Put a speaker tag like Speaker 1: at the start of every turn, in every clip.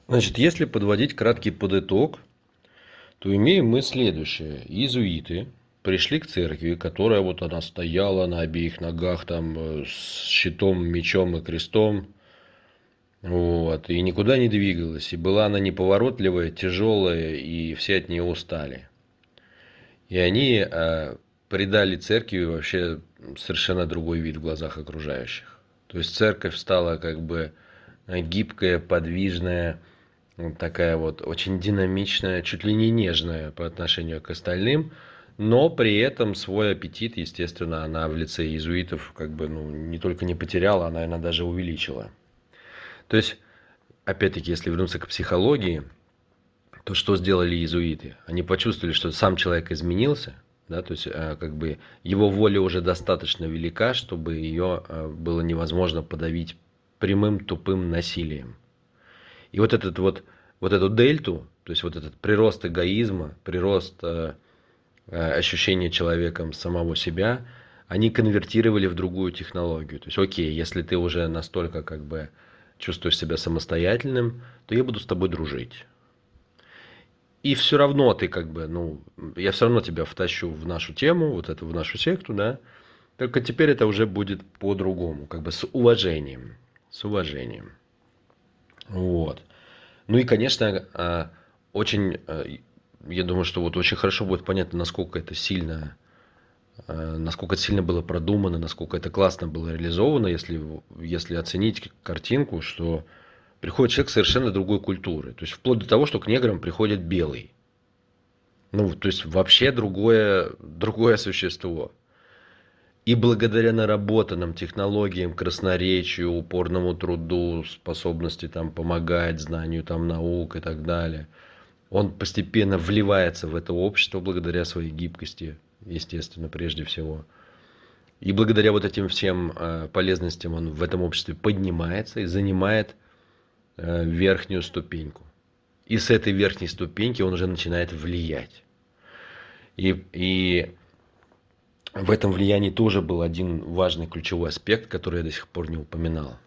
Speaker 1: Значит, если подводить краткий подыток, то имеем мы следующее. Иезуиты пришли к церкви, которая вот она стояла на обеих ногах там с щитом, мечом и крестом, вот, и никуда не двигалась. И была она неповоротливая, тяжелая, и все от нее устали. И они придали церкви вообще совершенно другой вид в глазах окружающих. То есть церковь стала как бы гибкая, подвижная, вот такая вот очень динамичная, чуть ли не нежная по отношению к остальным, но при этом свой аппетит, естественно, она в лице иезуитов как бы ну, не только не потеряла, она, наверное, даже увеличила. То есть, опять-таки, если вернуться к психологии, то что сделали иезуиты? Они почувствовали, что сам человек изменился, да, то есть как бы его воля уже достаточно велика, чтобы ее было невозможно подавить прямым тупым насилием. И вот эту дельту, то есть вот этот прирост эгоизма, прирост ощущения человеком самого себя, они конвертировали в другую технологию. То есть, окей, если ты уже настолько как бы чувствуешь себя самостоятельным, то я буду с тобой дружить. И все равно ты как бы, ну, я все равно тебя втащу в нашу тему, вот эту в нашу секту, да. Только теперь это уже будет по-другому, как бы с уважением. С уважением. Вот. Ну и, конечно, очень, я думаю, что вот очень хорошо будет понятно, насколько это сильно было продумано, насколько это классно было реализовано, если оценить картинку, что приходит человек совершенно другой культуры. То есть вплоть до того, что к неграм приходит белый. Ну, то есть вообще другое существо. И благодаря наработанным технологиям, красноречию, упорному труду, способности там помогать, знанию там наук и так далее, он постепенно вливается в это общество благодаря своей гибкости, естественно, прежде всего. И благодаря вот этим всем полезностям он в этом обществе поднимается и занимает верхнюю ступеньку. И с этой верхней ступеньки он уже начинает влиять. И в этом влиянии тоже был один важный ключевой аспект, который я до сих пор не упоминал.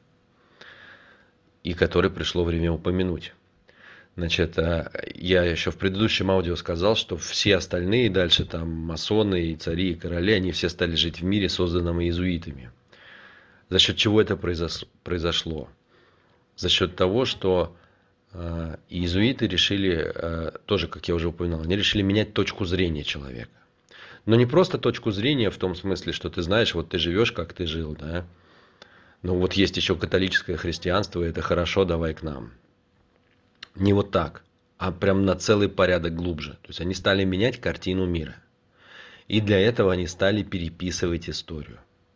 Speaker 1: И который пришло время упомянуть. Значит, я еще в предыдущем аудио сказал, что все остальные дальше, там, масоны, и цари, и короли, они все стали жить в мире, созданном иезуитами. За счет чего это произошло? За счет того, что иезуиты решили, тоже, как я уже упоминал, они решили менять точку зрения человека. Но не просто точку зрения в том смысле, что ты знаешь, вот ты живешь, как ты жил, да. Ну вот есть еще католическое христианство, и это хорошо, давай к нам. Не вот так, а прям на целый порядок глубже. То есть они стали менять картину мира. И для этого они стали переписывать историю.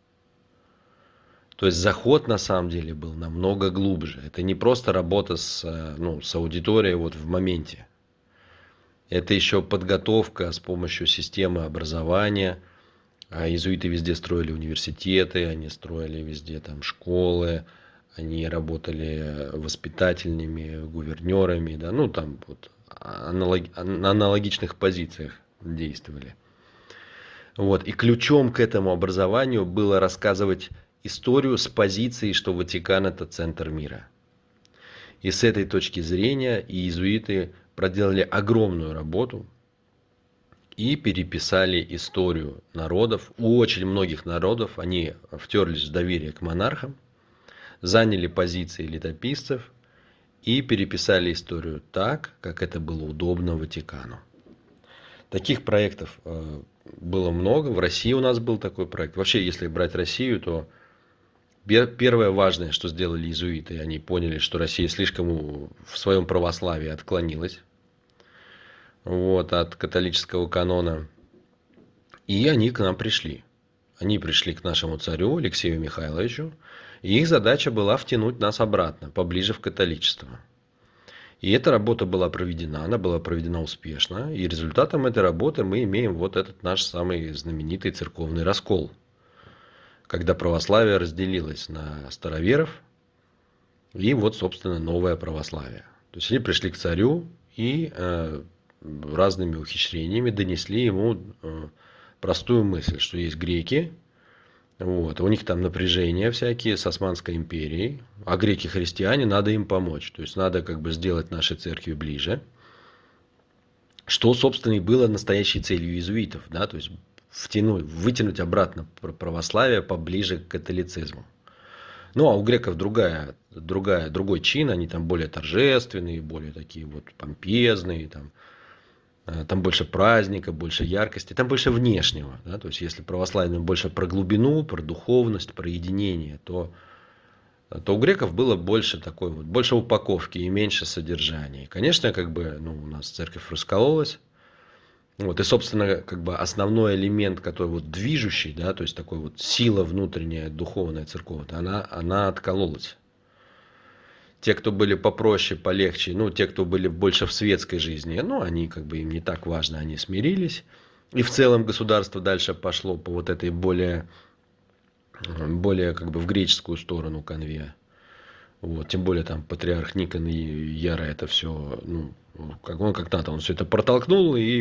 Speaker 1: То есть заход на самом деле был намного глубже. Это не просто работа ну, с аудиторией вот в моменте. Это еще подготовка с помощью системы образования. А иезуиты везде строили университеты, они строили везде там школы, они работали воспитательными, гувернерами, да, ну там вот на аналогичных позициях действовали. Вот. И ключом к этому образованию было рассказывать историю с позиции, что Ватикан это центр мира. И с этой точки зрения иезуиты проделали огромную работу и переписали историю народов. У очень многих народов они втерлись в доверие к монархам, заняли позиции летописцев и переписали историю так, как это было удобно Ватикану. Таких проектов было много. В России у нас был такой проект. Вообще, если брать Россию, то первое важное, что сделали иезуиты, они поняли, что Россия слишком в своем православии отклонилась вот, от католического канона. И они к нам пришли. Они пришли к нашему царю Алексею Михайловичу, и их задача была втянуть нас обратно, поближе в католичество. И эта работа была проведена, она была проведена успешно, и результатом этой работы мы имеем вот этот наш самый знаменитый церковный раскол, когда православие разделилось на староверов и вот, собственно, новое православие. То есть они пришли к царю и разными ухищрениями донесли ему простую мысль, что есть греки, Вот. У них там напряжения всякие с Османской империей, а греки-христиане, надо им помочь. То есть надо как бы сделать наши церкви ближе, что, собственно, и было настоящей целью иезуитов, да, то есть вытянуть обратно православие поближе к католицизму. Ну, а у греков другой чин, они там более торжественные, более такие вот помпезные, там больше праздника, больше яркости, там больше внешнего. Да? То есть, если православие больше про глубину, про духовность, про единение, то у греков было больше такой вот, больше упаковки и меньше содержания. И, конечно, как бы, ну, у нас церковь раскололась. Вот, и, собственно, как бы основной элемент, который вот движущий, да, то есть такой вот сила внутренняя, духовная, церковная, она откололась. Те, кто были попроще, полегче, ну, те, кто были больше в светской жизни, ну, они как бы им не так важно, они смирились. И в целом государство дальше пошло по вот этой более как бы в греческую сторону конве. Вот, тем более там патриарх Никон и Яра это все, ну, как он как надо, он все это протолкнул, и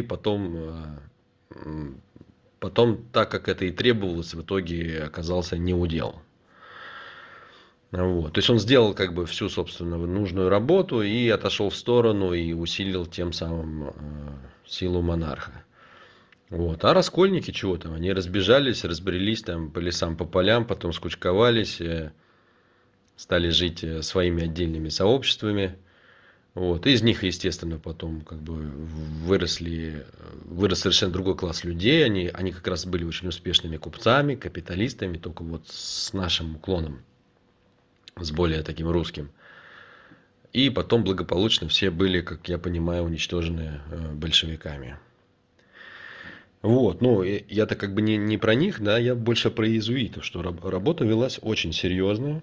Speaker 1: потом, так как это и требовалось, в итоге оказался неудел. Вот. То есть он сделал как бы всю, собственно, нужную работу и отошел в сторону и усилил тем самым силу монарха. Вот. А раскольники чего там? Они разбежались, разбрелись там по лесам, по полям, потом скучковались, стали жить своими отдельными сообществами. Вот. И из них, естественно, потом как бы вырос совершенно другой класс людей. Они как раз были очень успешными купцами, капиталистами, только вот с нашим уклоном, с более таким русским. И потом благополучно все были, как я понимаю, уничтожены большевиками. Вот, ну, я-то как бы не про них, да, я больше про иезуитов, что работа велась очень серьезная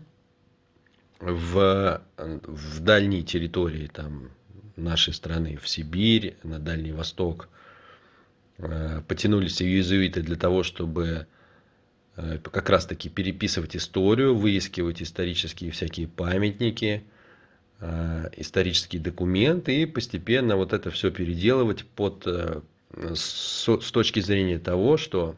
Speaker 1: в дальней территории там, нашей страны, в Сибирь, на Дальний Восток. Потянулись иезуиты для того, чтобы как раз-таки переписывать историю, выискивать исторические всякие памятники, исторические документы и постепенно вот это все переделывать с точки зрения того, что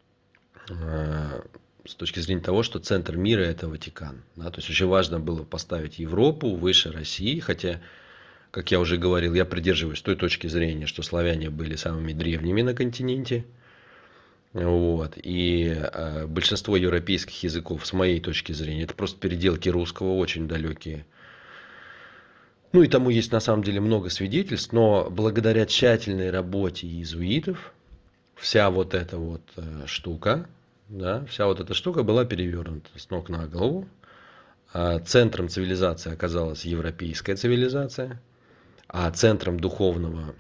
Speaker 1: центр мира это Ватикан. Да? То есть очень важно было поставить Европу выше России, хотя, как я уже говорил, я придерживаюсь той точки зрения, что славяне были самыми древними на континенте. Вот. И большинство европейских языков, с моей точки зрения, это просто переделки русского, очень далекие. Ну и тому есть на самом деле много свидетельств, но благодаря тщательной работе иезуитов вся вот эта вот штука, да, вся вот эта штука была перевернута с ног на голову. Центром цивилизации оказалась европейская цивилизация, а центром духовного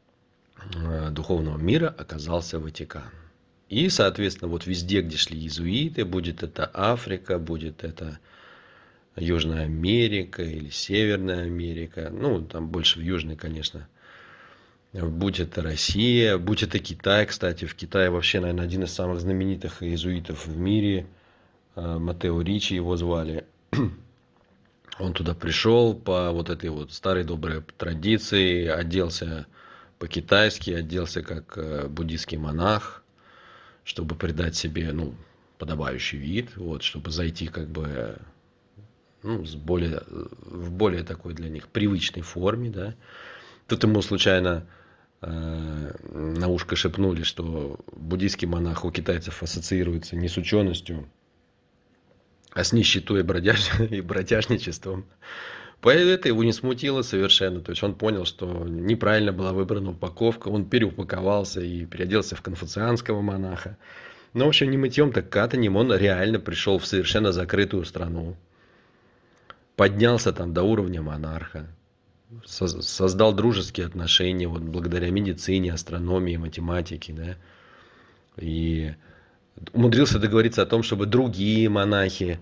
Speaker 1: мира оказался Ватикан. И, соответственно, вот везде, где шли иезуиты, будет это Африка, будет это Южная Америка или Северная Америка, ну, там больше в Южной, конечно, будь это Россия, будь это Китай, кстати, в Китае вообще, наверное, один из самых знаменитых иезуитов в мире, Матео Ричи его звали. Он туда пришел по вот этой вот старой доброй традиции, оделся по-китайски, оделся как буддийский монах, чтобы придать себе, ну, подобающий вид, вот, чтобы зайти как бы, ну, в более такой для них привычной форме, да. Тут ему случайно на ушко шепнули, что буддийский монах у китайцев ассоциируется не с ученостью, а с нищетой и бродяжничеством. Поэтому это его не смутило совершенно. То есть он понял, что неправильно была выбрана упаковка. Он переупаковался и переоделся в конфуцианского монаха. Но, в общем, не мытьем, так катанем он реально пришел в совершенно закрытую страну. Поднялся там до уровня монарха. Создал дружеские отношения вот, благодаря медицине, астрономии, математике. Да? И умудрился договориться о том, чтобы другие монахи,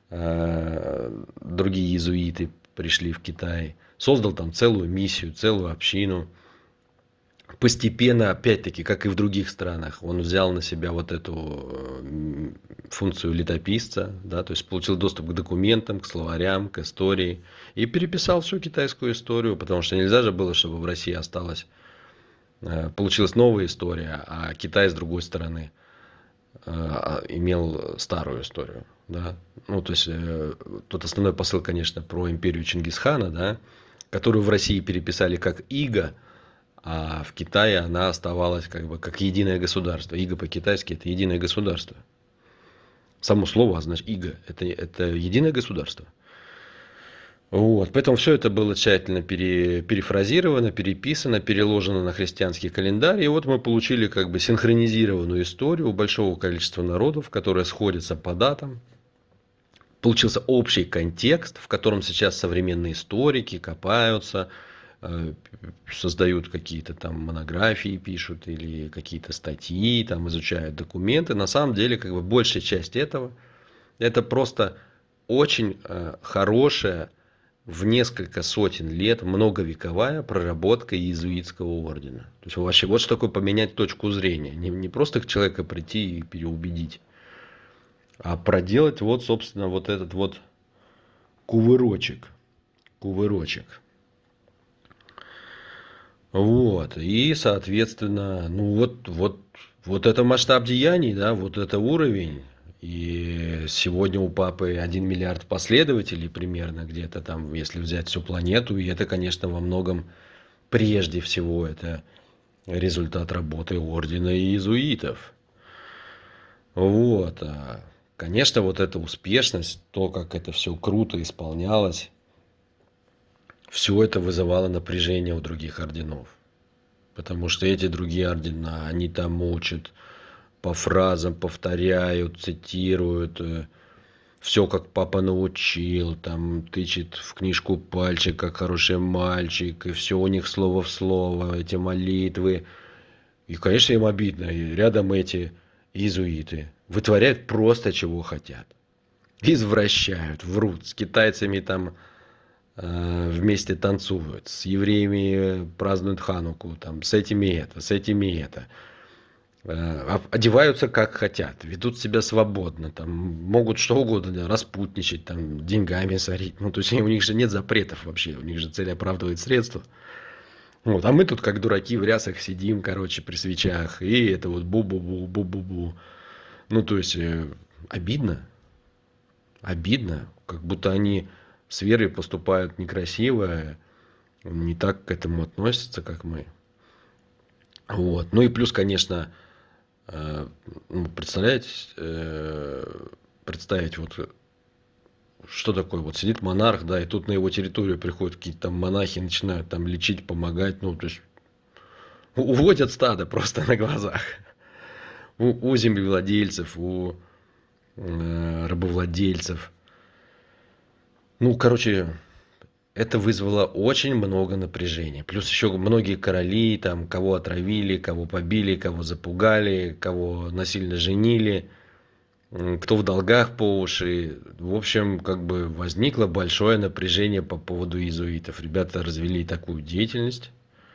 Speaker 1: другие иезуиты пришли в Китай. Создал там целую миссию, целую общину. Постепенно, опять-таки, как и в других странах, он взял на себя вот эту функцию летописца, да, то есть получил доступ к документам, к словарям, к истории и переписал всю китайскую историю, потому что нельзя же было, чтобы в России получилась новая история, а Китай с другой стороны имел старую историю, да. Ну, то есть, тот основной посыл, конечно, про империю Чингисхана, да, которую в России переписали как Иго, а в Китае она оставалась как бы как единое государство. Иго по-китайски это единое государство. Само слово, значит, Иго это единое государство. Вот, поэтому все это было тщательно перефразировано, переписано, переложено на христианский календарь. И вот мы получили как бы синхронизированную историю большого количества народов, которые сходятся по датам. Получился общий контекст, в котором сейчас современные историки копаются, создают какие-то там монографии, пишут или какие-то статьи, там изучают документы. На самом деле, как бы большая часть этого, это просто очень хорошая в несколько сотен лет многовековая проработка иезуитского ордена. То есть вообще вот что такое поменять точку зрения. Не просто к человеку прийти и переубедить, а проделать вот, собственно, вот этот вот кувырочек. Кувырочек. Вот. И, соответственно, ну вот это масштаб деяний, да, вот это уровень. И сегодня у папы 1 миллиард последователей примерно где-то там, если взять всю планету. И это, конечно, во многом, прежде всего, это результат работы ордена иезуитов. Вот. Конечно, вот эта успешность, то, как это все круто исполнялось, все это вызывало напряжение у других орденов. Потому что эти другие ордена, они там учат, по фразам повторяют, цитируют, все как папа научил, там тычет в книжку пальчик, как хороший мальчик, и все у них слово в слово, эти молитвы. И, конечно, им обидно. И рядом эти иезуиты вытворяют просто чего хотят. Извращают, врут. С китайцами там вместе танцуют, с евреями празднуют Хануку, там, с этими это, с этими это. Одеваются как хотят, ведут себя свободно, там, могут что угодно, распутничать, там, деньгами сорить. Ну, то есть у них же нет запретов вообще, у них же цель оправдывает средства. Вот, а мы тут как дураки в рясах сидим, короче, при свечах, и это вот бу-бу-бу, бу-бу-бу. Ну, то есть обидно, обидно, как будто они с верой поступают некрасиво, не так к этому относятся, как мы. Вот. Ну и плюс, конечно, представляете, представить вот, что такое, вот сидит монарх, да, и тут на его территорию приходят какие-то там монахи, начинают там лечить, помогать, ну, то есть уводят стадо просто на глазах. У землевладельцев, у рабовладельцев. Ну, короче, это вызвало очень много напряжения. Плюс еще многие короли, там, кого отравили, кого побили, кого запугали, кого насильно женили, кто в долгах по уши. В общем, как бы возникло большое напряжение по поводу иезуитов. Ребята развели такую деятельность,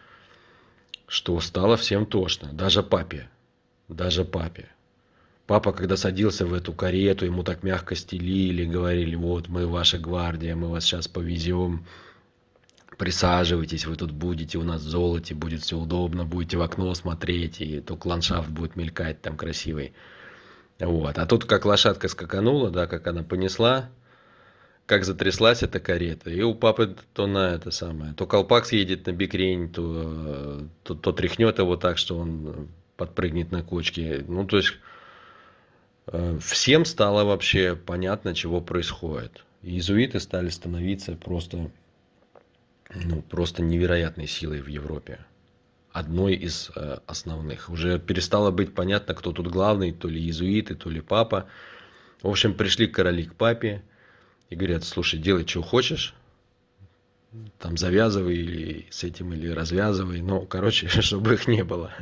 Speaker 1: что стало всем тошно. Даже папе. Даже папе. Папа, когда садился в эту карету, ему так мягко стелили, говорили, вот мы ваша гвардия, мы вас сейчас повезем, присаживайтесь, вы тут будете у нас в золоте, будет все удобно, будете в окно смотреть, и только ландшафт будет мелькать там красивый. Вот. А тут как лошадка скаканула, да, как она понесла, как затряслась эта карета, и у папы то на это самое, то колпак съедет на бикрень, то тряхнет его так, что он подпрыгнет на кочке. Ну, то есть всем стало вообще понятно, чего происходит. Иезуиты стали становиться просто, ну, просто невероятной силой в Европе. Одной из основных. Уже перестало быть понятно, кто тут главный, то ли иезуиты, то ли папа. В общем, пришли короли к папе и говорят, слушай, делай, что хочешь. Там завязывай или с этим, или развязывай. Ну, короче, чтобы их не было.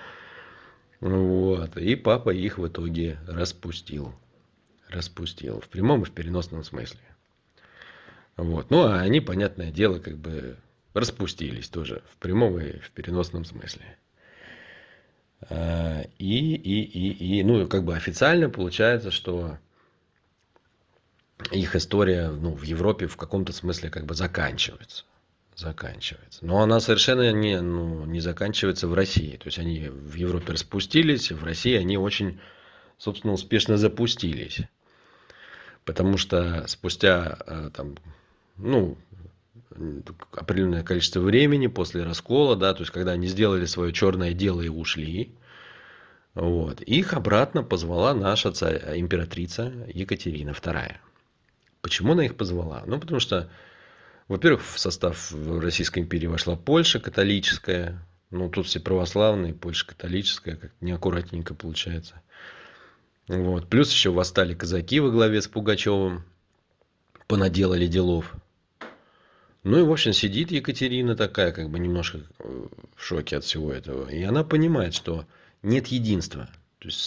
Speaker 1: Вот. И папа их в итоге распустил. Распустил. В прямом и в переносном смысле. Вот. Ну, а они, понятное дело, как бы распустились тоже. В прямом и в переносном смысле. Ну, как бы официально получается, что их история, ну, в Европе в каком-то смысле как бы заканчивается. Заканчивается. Но она совершенно не заканчивается в России. То есть они в Европе распустились, в России они очень собственно, успешно запустились. Потому что спустя там, ну, определенное количество времени после раскола, да, то есть когда они сделали свое черное дело и ушли, вот, их обратно позвала наша императрица Екатерина II. Почему она их позвала? Ну, потому что, во-первых, в состав Российской империи вошла Польша католическая, ну, тут все православные, Польша католическая, как неаккуратненько получается. Вот. Плюс еще восстали казаки во главе с Пугачевым, понаделали делов. Ну и, в общем, сидит Екатерина такая, как бы немножко в шоке от всего этого. И она понимает, что нет единства. То есть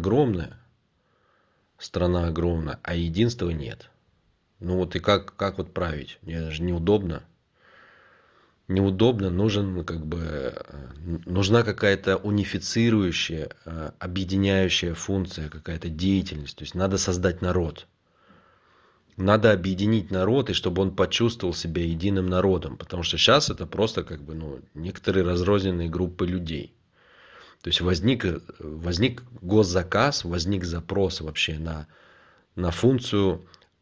Speaker 1: страна огромная, а единства нет. Ну вот и как вот править? Мне даже неудобно. Неудобно, нужна какая-то унифицирующая, объединяющая функция, какая-то деятельность. То есть надо создать народ. Надо объединить народ, и чтобы он почувствовал себя единым народом. Потому что сейчас это просто некоторые разрозненные группы людей. То есть возник госзаказ, возник запрос вообще на функцию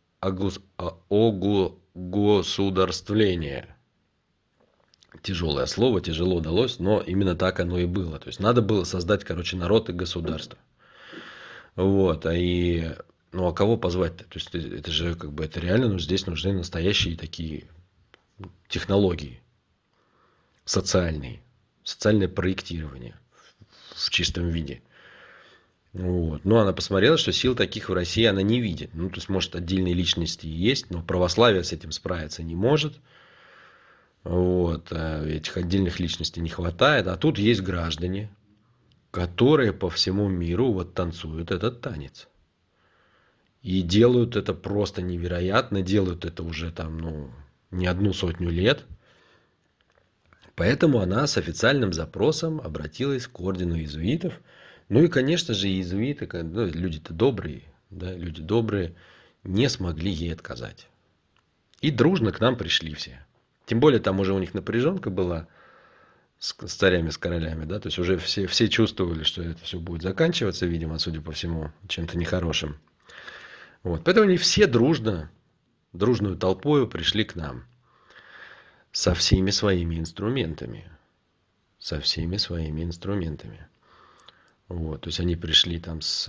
Speaker 1: огосударствления. Тяжелое слово, тяжело далось, но именно так оно и было. То есть надо было создать, народ и государство. Вот, а кого позвать-то? То есть это же это реально, здесь нужны настоящие такие технологии социальные, социальное проектирование в чистом виде. Вот. Но она посмотрела, что сил таких в России она не видит. Ну, то есть, может, отдельные личности есть, но православие с этим справиться не может. Вот. Этих отдельных личностей не хватает. А тут есть граждане, которые по всему миру танцуют этот танец. И делают это просто невероятно. Делают это уже не 100 лет. Поэтому она с официальным запросом обратилась к ордену иезуитов. Ну и, конечно же, иезуиты, люди-то добрые, да, люди добрые, не смогли ей отказать. И дружно к нам пришли все. Тем более там уже у них напряженка была с царями, с королями, да, то есть уже все чувствовали, что это все будет заканчиваться, видимо, судя по всему, чем-то нехорошим. Вот. Поэтому они все дружную толпою пришли к нам со всеми своими инструментами. Со всеми своими инструментами. Вот, то есть они пришли там с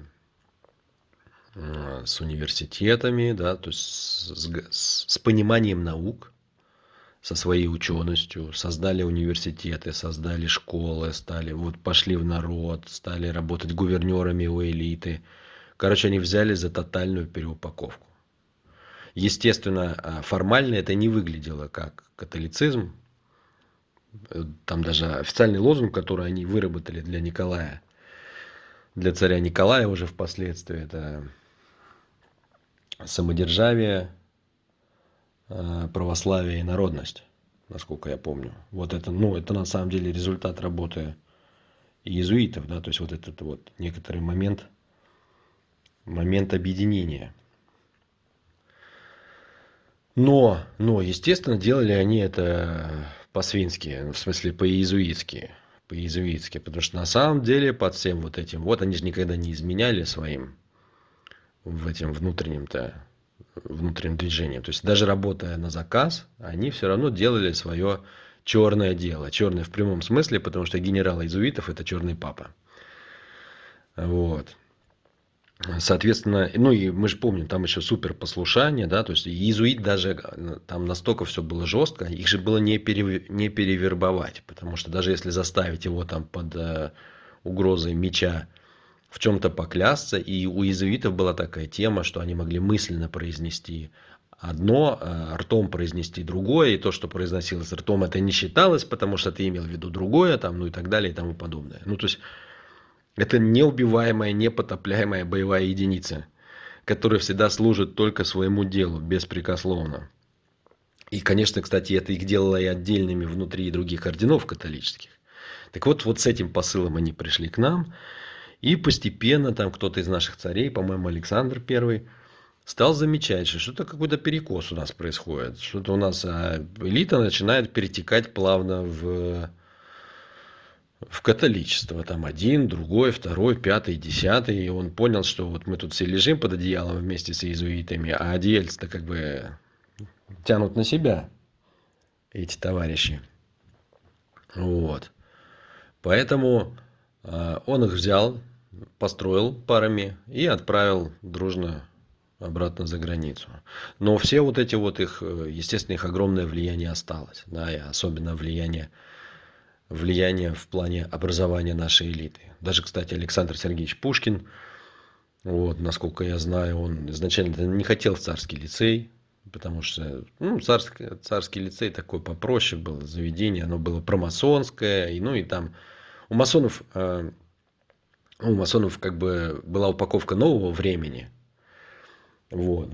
Speaker 1: университетами, да, то есть с пониманием наук, со своей ученостью, создали университеты, создали школы, пошли в народ, стали работать гувернерами у элиты. Короче, они взяли за тотальную переупаковку. Естественно, формально это не выглядело как католицизм. Там даже официальный лозунг, который они выработали для Николая, для царя Николая уже впоследствии, это самодержавие, православие и народность, насколько я помню. Вот это, это на самом деле результат работы иезуитов, да, то есть вот этот некоторый момент объединения. Но, естественно, делали они это по-свински, в смысле по-иезуитски. По-иезуитски, потому что на самом деле под всем этим, они же никогда не изменяли своим внутренним движением. То есть даже работая на заказ, они все равно делали свое черное дело. Черное в прямом смысле, потому что генерал иезуитов это черный папа. Вот. Соответственно, и мы же помним, там еще суперпослушание, да, то есть иезуит даже там настолько все было жестко, их же было не перевербовать, потому что даже если заставить его там под угрозой меча в чем-то поклясться, и у иезуитов была такая тема, что они могли мысленно произнести одно, ртом произнести другое, и то, что произносилось ртом, это не считалось, потому что ты имел в виду другое, и так далее, и тому подобное. Ну, то есть это неубиваемая, непотопляемая боевая единица, которая всегда служит только своему делу, беспрекословно. И, конечно, кстати, это их делало и отдельными внутри других орденов католических. Так вот с этим посылом они пришли к нам, и постепенно там кто-то из наших царей, по-моему, Александр I, стал замечать, что что-то какой-то перекос у нас происходит, что-то у нас элита начинает перетекать плавно в в католичество. Там один, другой, второй, пятый, десятый. И он понял, что вот мы тут все лежим под одеялом вместе с иезуитами, а одеяльцы-то как бы тянут на себя эти товарищи. Вот. Поэтому он их взял, построил парами и отправил дружно обратно за границу. Но все вот эти вот их, естественно, их огромное влияние осталось. Да, и особенно влияние в плане образования нашей элиты. Даже, кстати, Александр Сергеевич Пушкин, вот, насколько я знаю, он изначально не хотел в царский лицей, потому что царский лицей такой попроще был, заведение, оно было промасонское, и, ну и там у масонов, как бы была упаковка нового времени. Вот.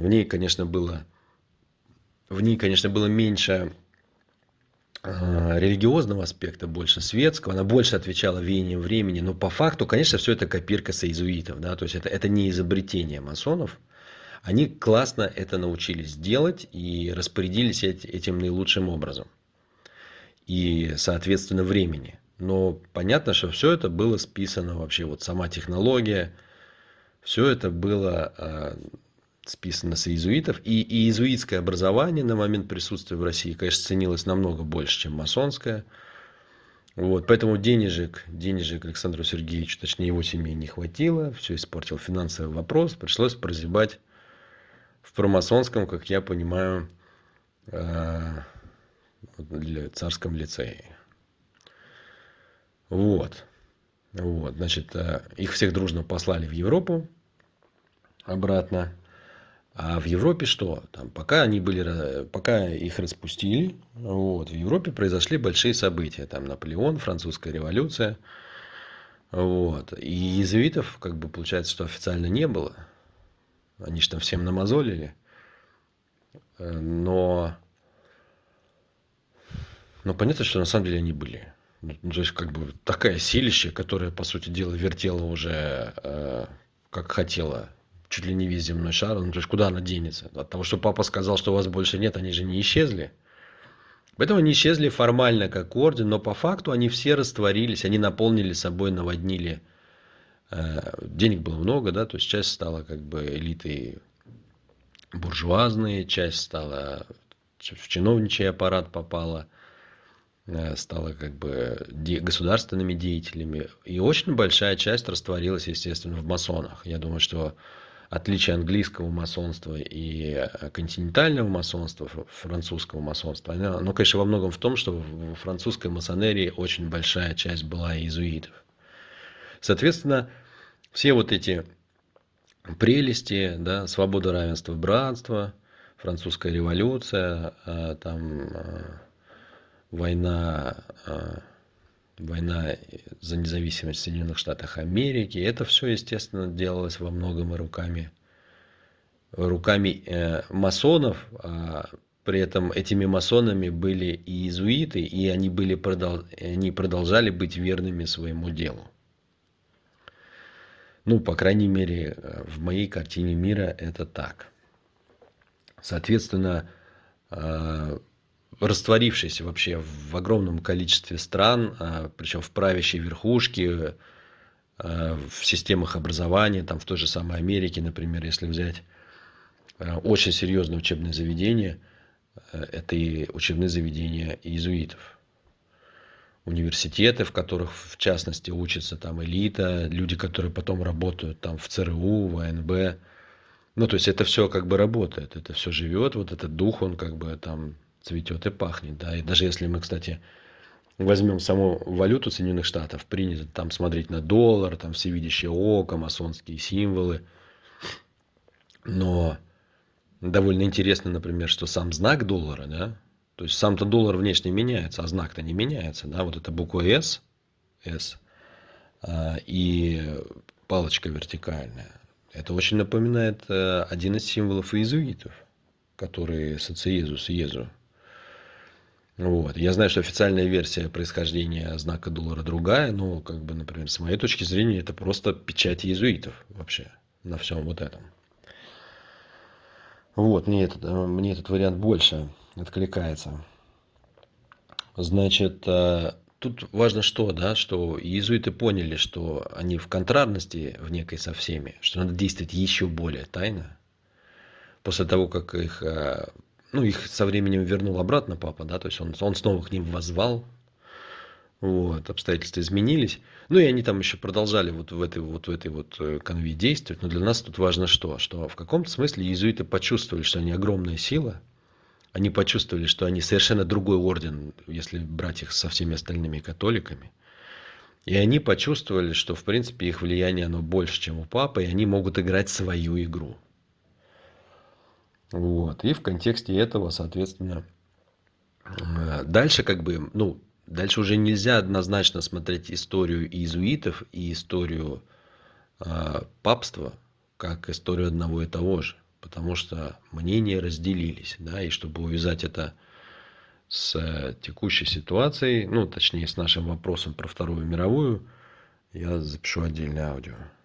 Speaker 1: В ней, конечно, было меньше религиозного аспекта, больше светского, она больше отвечала веяниям времени, но по факту, конечно, все это копирка с иезуитов, да, то есть это не изобретение масонов, они классно это научились делать и распорядились этим наилучшим образом и, соответственно, времени. Но понятно, что все это было списано вообще, вот сама технология, все это было списано с иезуитов. И иезуитское образование на момент присутствия в России, конечно, ценилось намного больше, чем масонское. Вот, поэтому денежек Александру Сергеевичу, точнее его семье, не хватило. Все испортил финансовый вопрос. Пришлось прозябать в промасонском, как я понимаю, царском лицее. Вот. Значит, их всех дружно послали в Европу обратно. А в Европе что? Там, пока их распустили, вот, в Европе произошли большие события. Там Наполеон, французская революция. Вот. И иезуитов, как бы, получается, что официально не было. Они же там всем намазолили. Но понятно, что на самом деле они были. То есть, как бы, такая силища, которая, по сути дела, вертела уже, как хотела, чуть ли не весь земной шар. Ну, то есть, куда она денется? От того, что папа сказал, что вас больше нет, они же не исчезли. Поэтому они исчезли формально как орден, но по факту они все растворились, они наполнили собой, наводнили. Денег было много, да, то есть часть стала как бы элитой буржуазной, часть стала в чиновничий аппарат попала, стала как бы государственными деятелями. И очень большая часть растворилась, естественно, в масонах. Я думаю, что отличие английского масонства и континентального масонства, французского масонства, оно, конечно, во многом в том, что в французской масонерии очень большая часть была иезуитов. Соответственно, все вот эти прелести, да, свобода, равенство, братство, французская революция, там война за независимость в Соединенных Штатах Америки, это все, естественно, делалось во многом и руками масонов. При этом этими масонами были и иезуиты, и они продолжали быть верными своему делу. Ну, по крайней мере, в моей картине мира это так. Соответственно, растворившись вообще в огромном количестве стран, причем в правящей верхушке, в системах образования, там в той же самой Америке, например, если взять очень серьезное учебное заведение, это и учебные заведения иезуитов. Университеты, в которых, в частности, учится там элита, люди, которые потом работают там в ЦРУ, в АНБ. Ну, то есть это все как бы работает, это все живет, вот этот дух, он как бы там цветет и пахнет, да. И даже если мы, кстати, возьмем саму валюту Соединенных Штатов, принято там смотреть на доллар, там всевидящее око, масонские символы. Но довольно интересно, например, что сам знак доллара, да, то есть сам-то доллар внешне меняется, а знак-то не меняется, да, вот эта буква S, и палочка вертикальная. Это очень напоминает один из символов иезуитов, которые социезус, иезу. Вот. Я знаю, что официальная версия происхождения знака доллара другая, но, как бы, например, с моей точки зрения, это просто печать иезуитов вообще на всем вот этом. Вот, мне этот вариант больше откликается. Значит, тут важно что, да, что иезуиты поняли, что они в контрарности в некой со всеми, что надо действовать еще более тайно. После того, как их, ну, их со временем вернул обратно папа, да, то есть он снова к ним воззвал, вот, обстоятельства изменились. Ну и они там еще продолжали вот в этой канве действовать. Но для нас тут важно что? Что в каком-то смысле иезуиты почувствовали, что они огромная сила. Они почувствовали, что они совершенно другой орден, если брать их со всеми остальными католиками. И они почувствовали, что в принципе их влияние оно больше, чем у папы, и они могут играть свою игру. Вот. И в контексте этого, соответственно, дальше как бы, ну, дальше уже нельзя однозначно смотреть историю иезуитов и историю папства как историю одного и того же. Потому что мнения разделились, да, и чтобы увязать это с текущей ситуацией, ну, точнее, с нашим вопросом про Вторую мировую, я запишу отдельное аудио.